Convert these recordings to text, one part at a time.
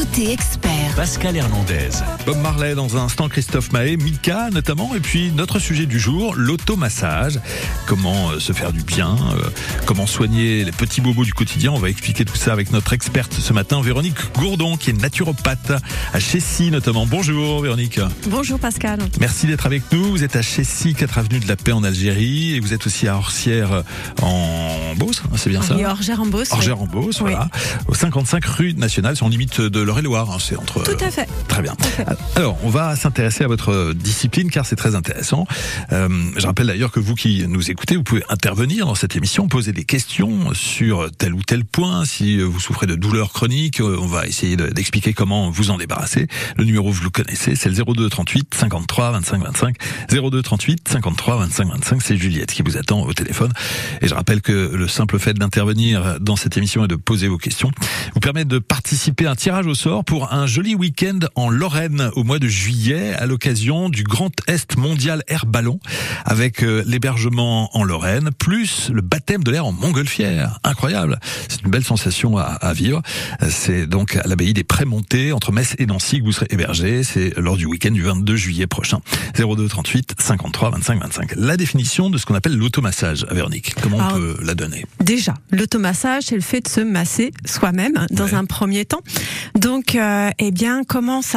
Côté expert, Pascal Hernandez. Bob Marley dans un instant, Christophe Maé, Mika notamment, et puis notre sujet du jour, l'automassage. Comment se faire du bien, comment soigner les petits bobos du quotidien. On va expliquer tout ça avec notre experte ce matin, Véronique Gourdon, qui est naturopathe à Chessy notamment. Bonjour Véronique. Bonjour Pascal. Merci d'être avec nous. Vous êtes à Chessy, 4 avenue de la Paix en Algérie, et vous êtes aussi à Orsières en Beauce, c'est bien ça? Oui, Orgères en Beauce. Orgères en Beauce, oui. Voilà. Au 55 rue Nationale, c'est en limite de l'Eure-et-Loire. C'est entre. Tout à fait. Très bien. Alors, on va s'intéresser à votre discipline car c'est très intéressant. Je rappelle d'ailleurs que vous qui nous écoutez, vous pouvez intervenir dans cette émission, poser des questions sur tel ou tel point. Si vous souffrez de douleurs chroniques, on va essayer d'expliquer comment vous en débarrasser. Le numéro, vous le connaissez, c'est le 02 38 53 25 25. 02 38 53 25 25. C'est Juliette qui vous attend au téléphone. Et je rappelle que le simple fait d'intervenir dans cette émission et de poser vos questions vous permet de participer à un tirage au sort pour un joli week-end en Lorraine au mois de juillet à l'occasion du Grand Est Mondial Air Ballon avec l'hébergement en Lorraine plus le baptême de l'air en montgolfière. Incroyable. C'est une belle sensation à vivre. C'est donc à l'abbaye des Prémontés entre Metz et Nancy que vous serez hébergé. C'est lors du week-end du 22 juillet prochain. 02 38 53 25 25. La définition de ce qu'on appelle l'automassage, Véronique. Comment on peut la donner? Déjà, l'automassage, c'est le fait de se masser soi-même dans un premier temps. Donc, comment ça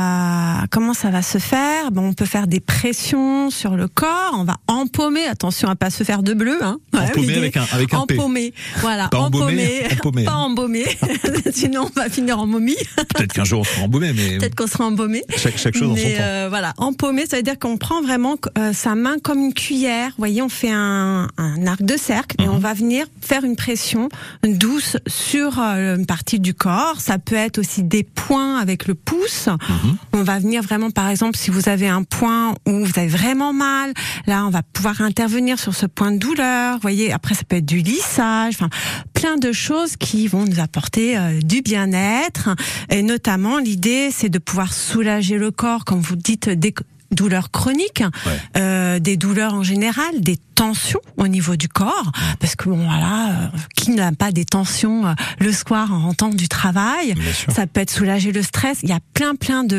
va se faire? Bon, on peut faire des pressions sur le corps. On va empaumer. Attention à pas se faire de bleu. Empaumer avec un P. Empaumer. Voilà. Pas embaumer. Pas embaumer. Sinon, on va finir en momie. Peut-être qu'un jour on sera embaumé, mais. Peut-être qu'on sera embaumé. Chaque chose en son temps. Voilà. Empaumer, ça veut dire qu'on prend vraiment sa main comme une cuillère. Vous voyez, on fait un arc de cercle et on va venir faire une pression douce sur une partie du corps. Ça peut être aussi des points avec le pouce. On va venir vraiment, par exemple, si vous avez un point où vous avez vraiment mal, là, on va pouvoir intervenir sur ce point de douleur. Vous voyez, après, ça peut être du lissage, enfin, plein de choses qui vont nous apporter du bien-être. Et notamment, l'idée, c'est de pouvoir soulager le corps, comme vous dites, des douleurs chroniques, des douleurs en général, des tensions au niveau du corps, parce que qui n'a pas des tensions le soir en rentrant du travail? Ça peut être soulager le stress. Il y a plein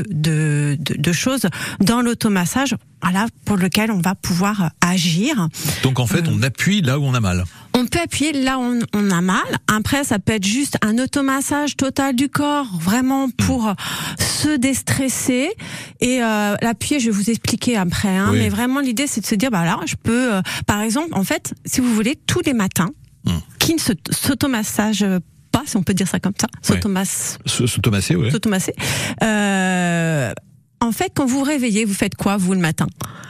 de choses dans l'automassage, pour lequel on va pouvoir agir. Donc en fait, on appuie là où on a mal. On peut appuyer là où on a mal. Après, ça peut être juste un automassage total du corps, vraiment pour se déstresser. Et l'appuyer, je vais vous expliquer après. Mais vraiment, l'idée, c'est de se dire, je peux, par exemple, en fait, si vous voulez, tous les matins, qui ne s'automassage pas, si on peut dire ça comme ça, s'automasser, ouais. S'automasser. En fait, quand vous vous réveillez, vous faites quoi, vous, le matin?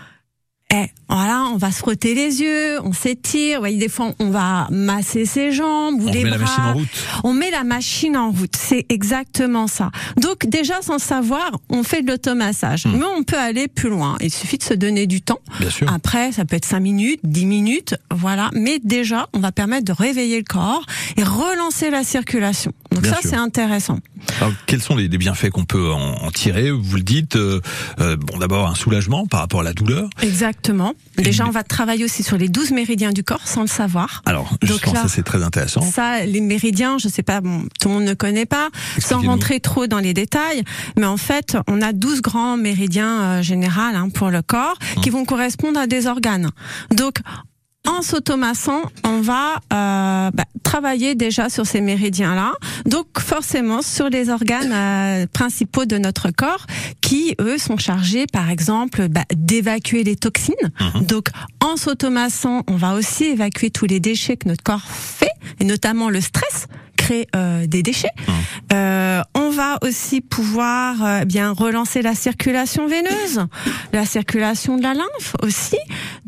On va se frotter les yeux, on s'étire. Vous voyez, des fois, on va masser ses jambes ou les bras. On met la machine en route. On met la machine en route. C'est exactement ça. Donc, déjà, sans savoir, on fait de l'automassage. Mais on peut aller plus loin. Il suffit de se donner du temps. Bien sûr. Après, ça peut être 5 minutes, 10 minutes, voilà. Mais déjà, on va permettre de réveiller le corps et relancer la circulation. Donc Bien ça, sûr. c'est intéressant. Alors, quels sont les bienfaits qu'on peut en tirer? Vous le dites, d'abord un soulagement par rapport à la douleur. Exactement. Déjà, on va travailler aussi sur les 12 méridiens du corps sans le savoir. Alors, justement, ça c'est très intéressant. Ça, les méridiens, je sais pas, tout le monde ne connaît pas, sans rentrer trop dans les détails, mais en fait, on a 12 grands méridiens généraux pour le corps qui vont correspondre à des organes. Donc, en s'automassant, on va travailler déjà sur ces méridiens-là. Donc forcément sur les organes principaux de notre corps qui, eux, sont chargés, par exemple, d'évacuer les toxines. Donc en s'automassant, on va aussi évacuer tous les déchets que notre corps fait, et notamment le stress crée des déchets. On va aussi pouvoir relancer la circulation veineuse, la circulation de la lymphe aussi,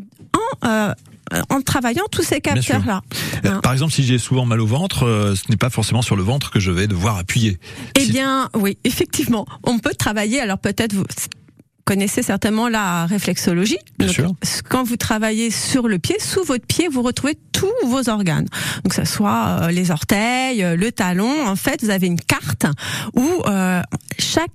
en travaillant tous ces capteurs-là. Par exemple, si j'ai souvent mal au ventre, ce n'est pas forcément sur le ventre que je vais devoir appuyer. Oui, effectivement. On peut travailler, alors peut-être vous connaissez certainement la réflexologie. Bien sûr. Quand vous travaillez sur le pied, sous votre pied, vous retrouvez tous vos organes. Donc, que ce soit les orteils, le talon. En fait, vous avez une carte où chaque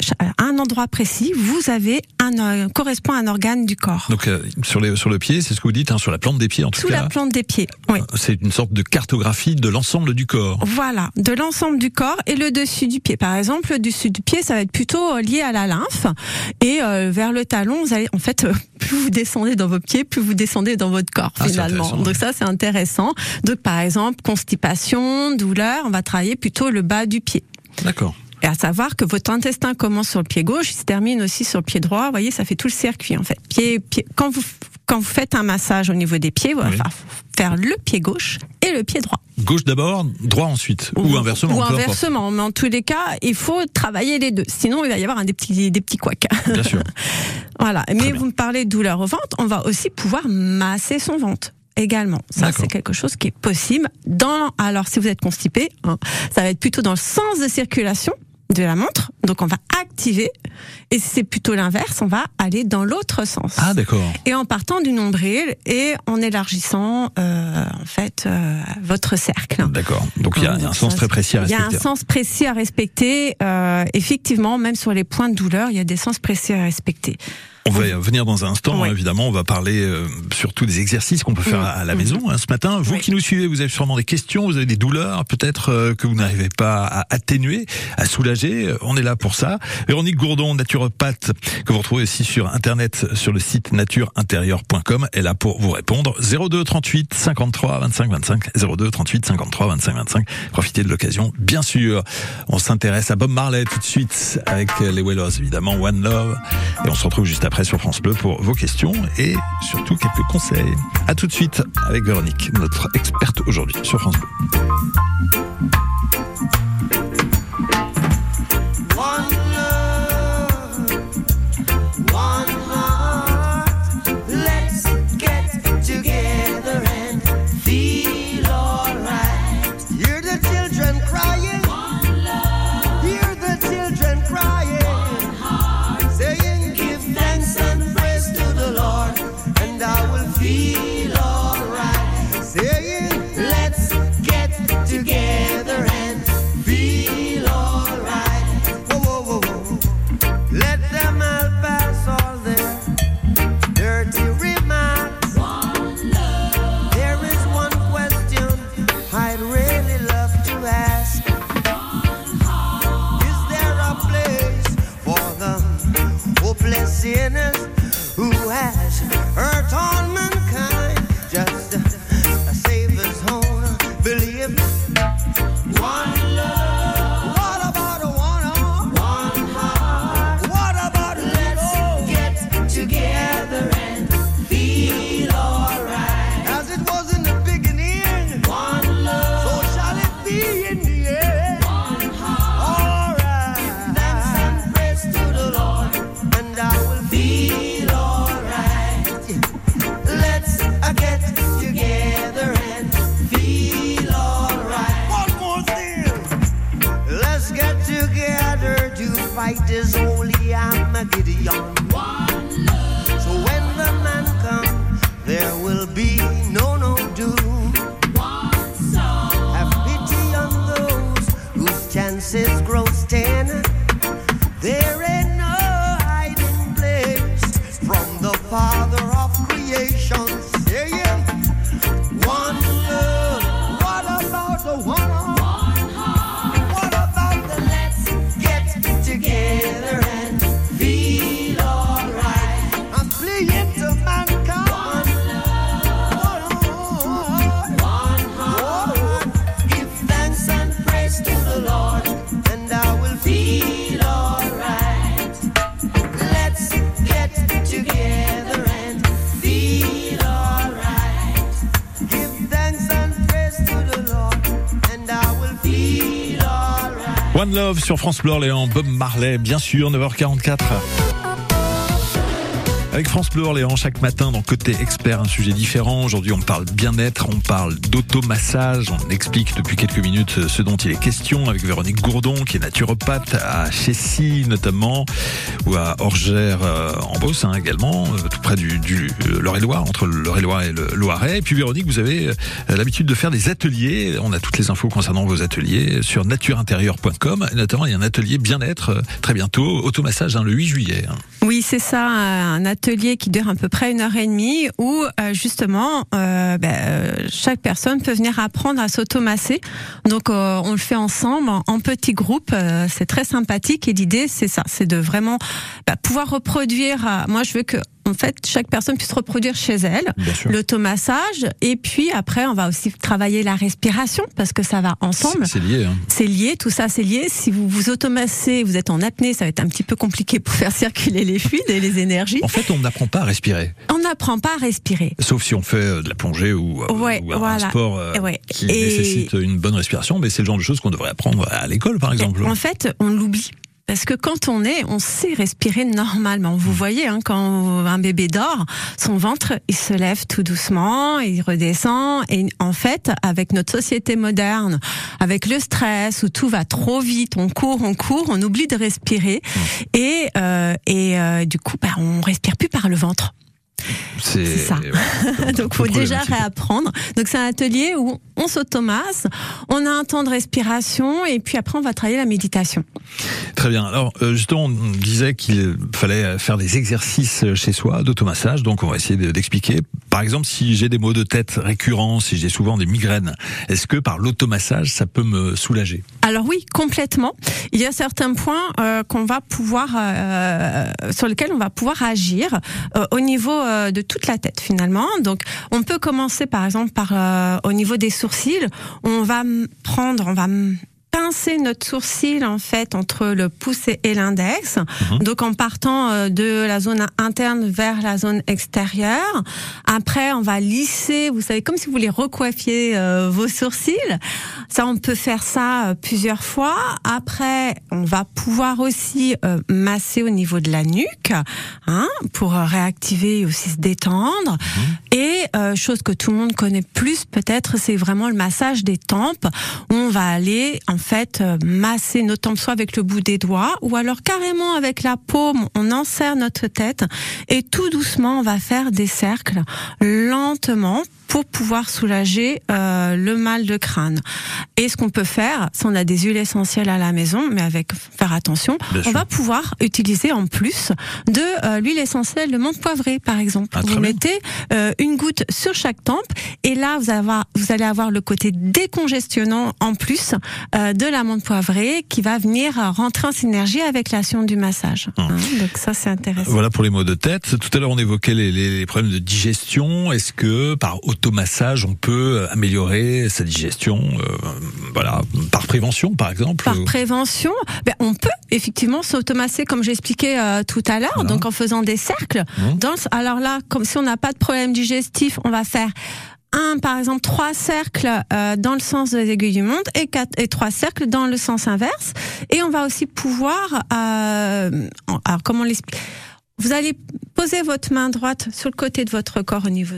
un endroit précis, vous avez correspond à un organe du corps. Donc sur le pied, c'est ce que vous dites, sur la plante des pieds en tout cas. Sous la plante des pieds, oui. C'est une sorte de cartographie de l'ensemble du corps. Voilà, de l'ensemble du corps et le dessus du pied. Par exemple, le dessus du pied, ça va être plutôt lié à la lymphe et vers le talon, vous allez en fait plus vous descendez dans vos pieds, plus vous descendez dans votre corps finalement. Donc ça c'est intéressant. Donc par exemple, constipation, douleur, on va travailler plutôt le bas du pied. D'accord. Et à savoir que votre intestin commence sur le pied gauche, il se termine aussi sur le pied droit. Vous voyez, ça fait tout le circuit en fait. Pied. Quand vous faites un massage au niveau des pieds, vous allez faire le pied gauche et le pied droit. Gauche d'abord, droit ensuite, ou inversement. Ou inversement, mais en tous les cas, il faut travailler les deux. Sinon, il va y avoir des petits couacs. Bien sûr. Voilà. Mais vous me parlez de douleur au ventre, on va aussi pouvoir masser son ventre. Également, ça c'est quelque chose qui est possible. Alors si vous êtes constipé, ça va être plutôt dans le sens de circulation de la montre, donc on va activer, et si c'est plutôt l'inverse, on va aller dans l'autre sens. Ah d'accord. Et en partant du nombril et en élargissant votre cercle. D'accord. Donc il y a un sens très précis à respecter. Il y a un sens précis à respecter. Effectivement, même sur les points de douleur, il y a des sens précis à respecter. On va venir dans un instant, évidemment, on va parler surtout des exercices qu'on peut faire à la maison ce matin. Vous qui nous suivez, vous avez sûrement des questions, vous avez des douleurs, peut-être que vous n'arrivez pas à atténuer, à soulager. On est là pour ça. Véronique Gourdon, naturopathe, que vous retrouvez aussi sur Internet, sur le site natureintérieure.com, est là pour vous répondre. 02 38 53 25 25, 02 38 53 25 25. Profitez de l'occasion, bien sûr. On s'intéresse à Bob Marley tout de suite, avec les Wellos, évidemment, One Love. Et on se retrouve juste après sur France Bleu pour vos questions et surtout quelques conseils. À tout de suite avec Véronique, notre experte aujourd'hui sur France Bleu. Sinners who has hurt all mankind, just a Savior's own belief. One love. What about a one heart? What about let's get together and feel alright? As it was in the beginning, one love. So shall it be in the end. One heart. Alright. Give thanks and praise to the Lord, and I will feel alright. Let's get together and feel alright. One more thing. Let's get together to fight this holy Armageddon. One love. So when the man comes, there will be no doom. One soul. Have pity on those whose chances grow thin. There ain't no hiding place from the Father of creation. Saying, one love. What about the one heart? What about the let's get together and feel alright? I'm pleading to mankind. One heart. Give thanks and praise to the Lord, and I will feel alright. Let's get together and feel alright. Give thanks and praise to the Lord, and I will feel alright. One Love sur France Bleu Orléans, Bob Marley, bien sûr, 9h44. Avec France Bleu Orléans, chaque matin dans Côté Expert, un sujet différent. Aujourd'hui, on parle bien-être, on parle d'automassage. On explique depuis quelques minutes ce dont il est question avec Véronique Gourdon, qui est naturopathe à Chessy notamment, ou à Orgères en Beauce également, tout près du l'Eure-et-Loire, entre l'Eure-et-Loire et le Loiret. Et puis Véronique, vous avez l'habitude de faire des ateliers. On a toutes les infos concernant vos ateliers sur natureintérieure.com. Et notamment, il y a un atelier bien-être très bientôt, automassage le 8 juillet. Oui, c'est ça, un atelier qui dure à peu près 1h30 où justement chaque personne peut venir apprendre à s'automasser. Donc on le fait ensemble en petits groupes, c'est très sympathique et l'idée c'est ça, c'est de vraiment pouvoir reproduire. Moi je veux que en fait, chaque personne puisse reproduire chez elle l'automassage. Et puis après, on va aussi travailler la respiration parce que ça va ensemble. C'est lié. C'est lié, tout ça, c'est lié. Si vous vous automassez, vous êtes en apnée, ça va être un petit peu compliqué pour faire circuler les fluides et les énergies. En fait, on n'apprend pas à respirer. On n'apprend pas à respirer. Sauf si on fait de la plongée ou un sport qui nécessite une bonne respiration. Mais c'est le genre de choses qu'on devrait apprendre à l'école, par exemple. En fait, on l'oublie. Parce que quand on sait respirer normalement. Vous voyez, quand un bébé dort, son ventre, il se lève tout doucement, il redescend. Et en fait, avec notre société moderne, avec le stress où tout va trop vite, on court, on oublie de respirer. Et du coup, on respire plus par le ventre. C'est ça. Donc faut déjà réapprendre. Donc c'est un atelier où on s'automasse, on a un temps de respiration et puis après on va travailler la méditation. Très bien. Alors justement, on disait qu'il fallait faire des exercices chez soi d'automassage. Donc on va essayer d'expliquer. Par exemple, si j'ai des maux de tête récurrents, si j'ai souvent des migraines, est-ce que par l'automassage ça peut me soulager ? Alors oui, complètement. Il y a certains points qu'on va pouvoir sur lesquels on va pouvoir agir au niveau de toute la tête finalement. Donc on peut commencer par exemple par au niveau des sourcils. On va pincer notre sourcil en fait entre le pouce et l'index. Donc en partant de la zone interne vers la zone extérieure. Après on va lisser, vous savez, comme si vous voulez recoiffier vos sourcils. Ça on peut faire ça plusieurs fois. Après on va pouvoir aussi masser au niveau de la nuque pour réactiver et aussi se détendre. Et chose que tout le monde connaît plus peut-être, c'est vraiment le massage des tempes où on va aller en fait masser nos tempes soit avec le bout des doigts ou alors carrément avec la paume, on enserre notre tête et tout doucement on va faire des cercles lentement pour pouvoir soulager le mal de crâne. Et ce qu'on peut faire, si on a des huiles essentielles à la maison, mais faire attention, on va pouvoir utiliser en plus de l'huile essentielle de menthe poivrée, par exemple. Vous mettez une goutte sur chaque tempe, et là vous allez avoir le côté décongestionnant en plus de la menthe poivrée qui va venir rentrer en synergie avec l'action du massage. Donc ça c'est intéressant. Voilà pour les maux de tête. Tout à l'heure on évoquait les problèmes de digestion. Est-ce que par automassage, on peut améliorer sa digestion, par prévention, par exemple. Par prévention, on peut effectivement s'automasser, comme j'expliquais tout à l'heure, donc en faisant des cercles. Alors là, comme si on n'a pas de problème digestif, on va faire par exemple 3 cercles dans le sens des aiguilles du montre et 3 cercles dans le sens inverse. Et on va aussi pouvoir, alors comment l'expliquer ? Vous allez poser votre main droite sur le côté de votre corps au niveau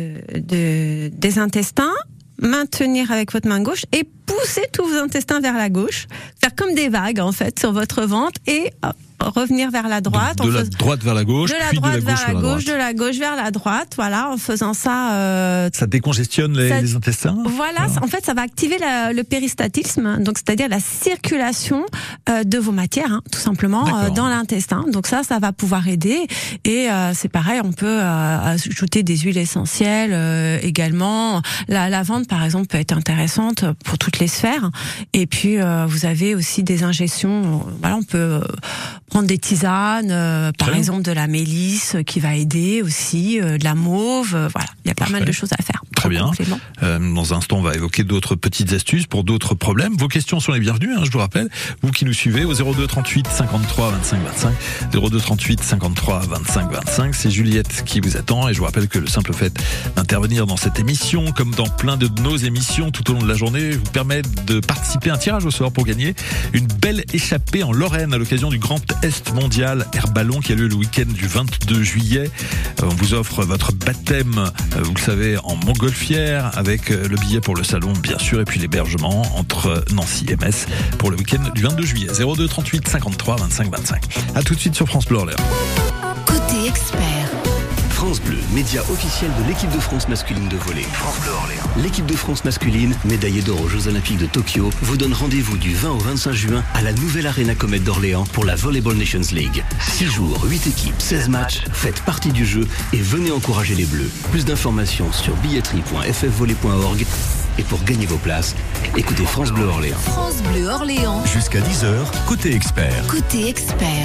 des intestins, maintenir avec votre main gauche et pousser tous vos intestins vers la gauche, faire comme des vagues en fait sur votre ventre et revenir vers la droite. De la droite vers la gauche, puis de la gauche vers la droite. De la gauche vers la droite, voilà, en faisant ça. Ça décongestionne les intestins. Voilà, en fait, ça va activer le péristatisme, donc c'est-à-dire la circulation de vos matières, tout simplement, dans l'intestin. Donc ça va pouvoir aider. Et c'est pareil, on peut ajouter des huiles essentielles également. La lavande, par exemple, peut être intéressante pour toutes les sphères. Et puis, vous avez aussi des ingestions. Voilà, on peut prendre des tisanes, par exemple de la mélisse qui va aider aussi, de la mauve. Voilà, il y a pas mal de choses à faire. Très bien. Dans un instant, on va évoquer d'autres petites astuces pour d'autres problèmes. Vos questions sont les bienvenues, je vous rappelle. Vous qui nous suivez au 02 38 53 25 25. 02 38 53 25 25. C'est Juliette qui vous attend et je vous rappelle que le simple fait d'intervenir dans cette émission, comme dans plein de nos émissions tout au long de la journée, vous permet de participer à un tirage au sort pour gagner une belle échappée en Lorraine à l'occasion du Grand Est mondial Air Ballon qui a lieu le week-end du 22 juillet. On vous offre votre baptême, vous le savez, en montgolfière avec le billet pour le salon bien sûr et puis l'hébergement entre Nancy et Metz pour le week-end du 22 juillet. 02 38 53 25 25. À tout de suite sur France Bleu Orléans. Côté expert. France Bleu, média officiel de l'équipe de France masculine de volley. France Bleu Orléans. L'équipe de France masculine, médaillée d'or aux Jeux Olympiques de Tokyo, vous donne rendez-vous du 20 au 25 juin à la nouvelle Arena Comète d'Orléans pour la Volleyball Nations League. 6 jours, 8 équipes, 16 matchs, faites partie du jeu et venez encourager les Bleus. Plus d'informations sur billetterie.ffvolley.org. Et pour gagner vos places, écoutez France Bleu Orléans. France Bleu Orléans. Jusqu'à 10h, côté expert. Côté expert.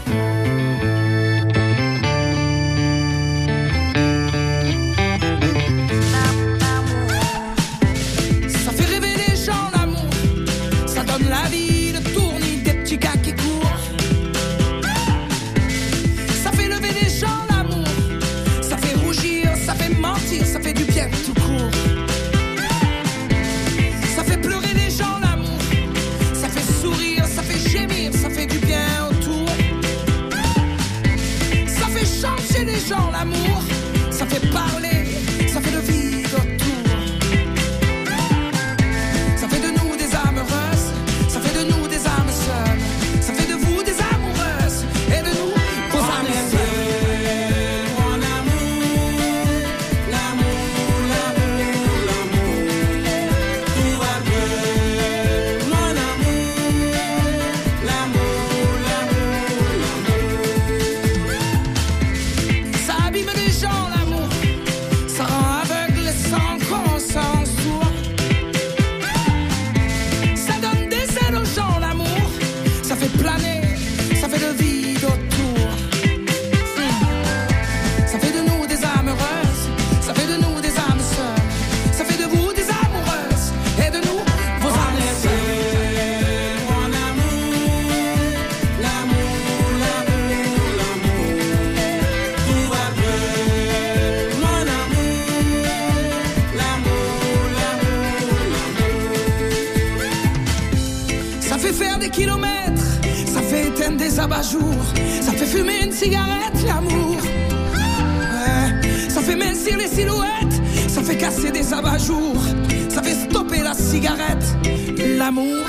Ça fait fumer une cigarette, l'amour. Ouais. Ça fait mincir les silhouettes. Ça fait casser des abat-jours. Ça fait stopper la cigarette, l'amour.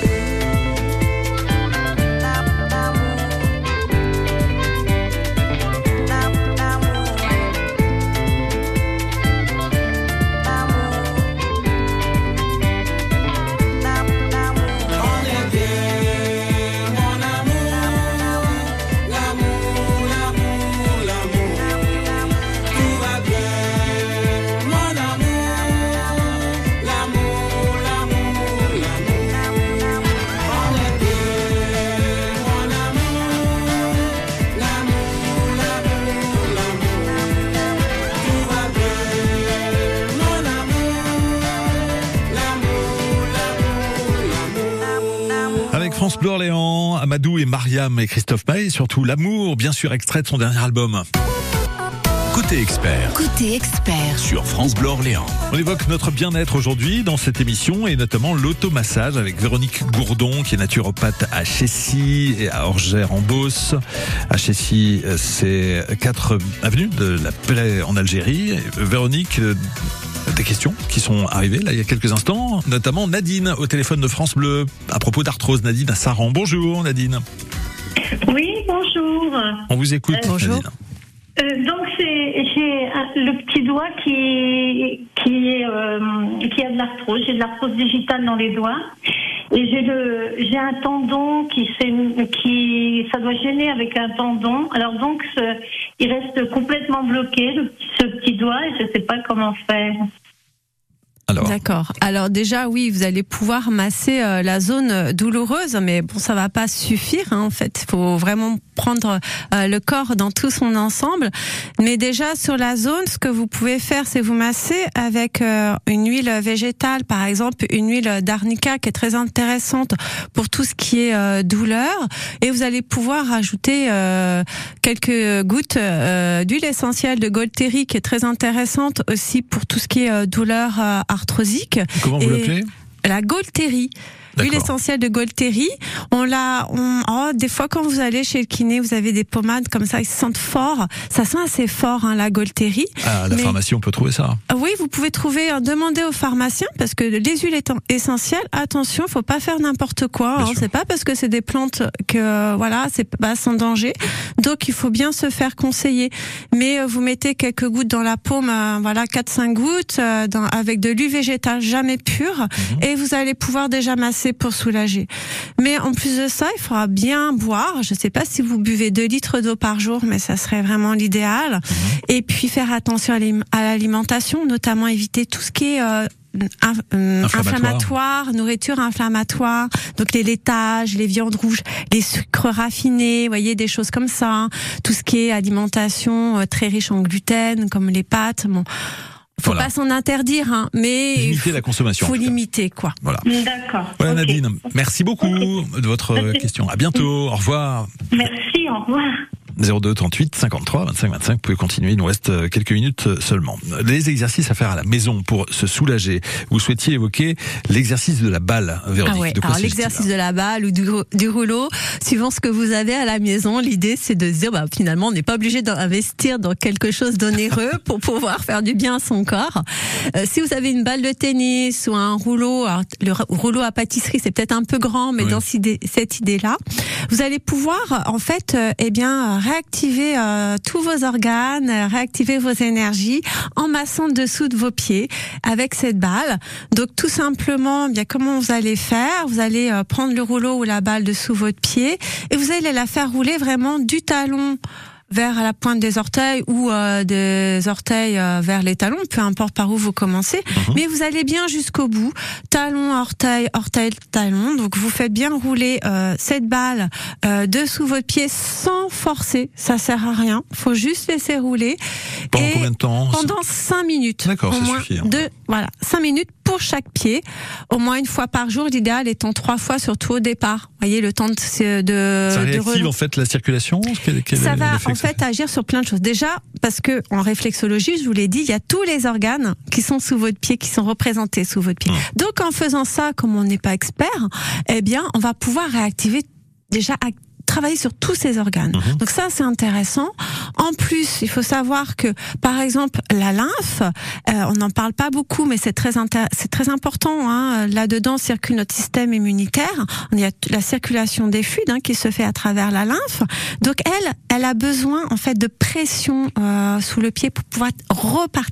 France Bleu Orléans, Amadou et Mariam et Christophe Maé, et surtout L'amour, bien sûr extrait de son dernier album. Côté expert. Côté expert. Sur France Bleu Orléans. On évoque notre bien-être aujourd'hui dans cette émission et notamment l'automassage avec Véronique Gourdon qui est naturopathe à Chessy et à Orgères-en-Beauce. À Chessy, c'est 4 avenue de la Plaie en Algérie. Véronique, des questions qui sont arrivées là il y a quelques instants, notamment Nadine au téléphone de France Bleu à propos d'arthrose. Nadine à Saran. Bonjour Nadine. Oui, bonjour. On vous écoute. Bonjour. Nadine. Donc j'ai le petit doigt qui a de l'arthrose. J'ai de l'arthrose digitale dans les doigts et j'ai un tendon qui ça doit gêner avec un tendon. Alors donc il reste complètement bloqué ce petit doigt et je sais pas comment faire. D'accord. Alors déjà, oui, vous allez pouvoir masser la zone douloureuse, mais bon, ça va pas suffire. En fait, il faut vraiment prendre le corps dans tout son ensemble. Mais déjà sur la zone, ce que vous pouvez faire, c'est vous masser avec une huile végétale, par exemple une huile d'arnica qui est très intéressante pour tout ce qui est douleur. Et vous allez pouvoir rajouter quelques gouttes d'huile essentielle de Golteri qui est très intéressante aussi pour tout ce qui est douleur arthrosique. Comment vous l'appelez ? La Golteri. L'huile essentielle de Golteri, des fois quand vous allez chez le kiné, vous avez des pommades comme ça, ils se sentent forts. Ça sent assez fort, la Golteri. À la pharmacie, on peut trouver ça. Oui, vous pouvez trouver, demander aux pharmaciens, parce que les huiles essentielles, attention, faut pas faire n'importe quoi. C'est pas parce que c'est des plantes que, c'est pas sans danger. Donc, il faut bien se faire conseiller. Mais vous mettez quelques gouttes dans la paume, 4-5 gouttes, avec de l'huile végétale, jamais pure, et vous allez pouvoir déjà masser pour soulager. Mais en plus de ça, il faudra bien boire. Je ne sais pas si vous buvez 2 litres d'eau par jour, mais ça serait vraiment l'idéal. Et puis faire attention à l'alimentation, notamment éviter tout ce qui est inflammatoire, nourriture inflammatoire, donc les laitages, les viandes rouges, les sucres raffinés, vous voyez, des choses comme ça. Tout ce qui est alimentation très riche en gluten, comme les pâtes. Faut pas s'en interdire, mais limiter la consommation. Faut limiter, quoi. Voilà. D'accord. Voilà, Nadine. Merci beaucoup de votre question. À bientôt. Au revoir. Merci, au revoir. 02 38 53 25 25. Vous pouvez continuer. Il nous reste quelques minutes seulement. Les exercices à faire à la maison pour se soulager. Vous souhaitiez évoquer l'exercice de la balle, Véronique. De quoi alors l'exercice de la balle ou du rouleau, suivant ce que vous avez à la maison, l'idée c'est de se dire, finalement, on n'est pas obligé d'investir dans quelque chose d'onéreux pour pouvoir faire du bien à son corps. Si vous avez une balle de tennis ou un rouleau, alors, le rouleau à pâtisserie, c'est peut-être un peu grand, mais dans cette idée-là, vous allez pouvoir, en fait, réactiver tous vos organes, réactiver vos énergies en massant dessous de vos pieds avec cette balle. Donc tout simplement, comment vous allez faire ? Vous allez prendre le rouleau ou la balle dessous votre pied et vous allez la faire rouler vraiment du talon vers la pointe des orteils ou des orteils vers les talons, peu importe par où vous commencez, mais vous allez bien jusqu'au bout, talon, orteil, orteil, talon. Donc vous faites bien rouler cette balle dessous votre pied sans forcer, ça sert à rien, faut juste laisser rouler. Pendant combien de temps ? Pendant 5 minutes. D'accord, ça suffit. 5 minutes pour chaque pied, au moins une fois par jour, l'idéal étant 3 fois, surtout au départ. Vous voyez, le temps de ça réactive en fait la circulation. Ça va en fait agir sur plein de choses. Déjà, parce que en réflexologie, je vous l'ai dit, il y a tous les organes qui sont sous votre pied, qui sont représentés sous votre pied. Donc en faisant ça, comme on n'est pas expert, on va pouvoir réactiver travailler sur tous ces organes. Donc ça, c'est intéressant. En plus, il faut savoir que, par exemple, la lymphe, on n'en parle pas beaucoup, mais c'est très important. Là-dedans circule notre système immunitaire. Il y a la circulation des fluides qui se fait à travers la lymphe. Donc elle a besoin en fait de pression sous le pied pour pouvoir repartir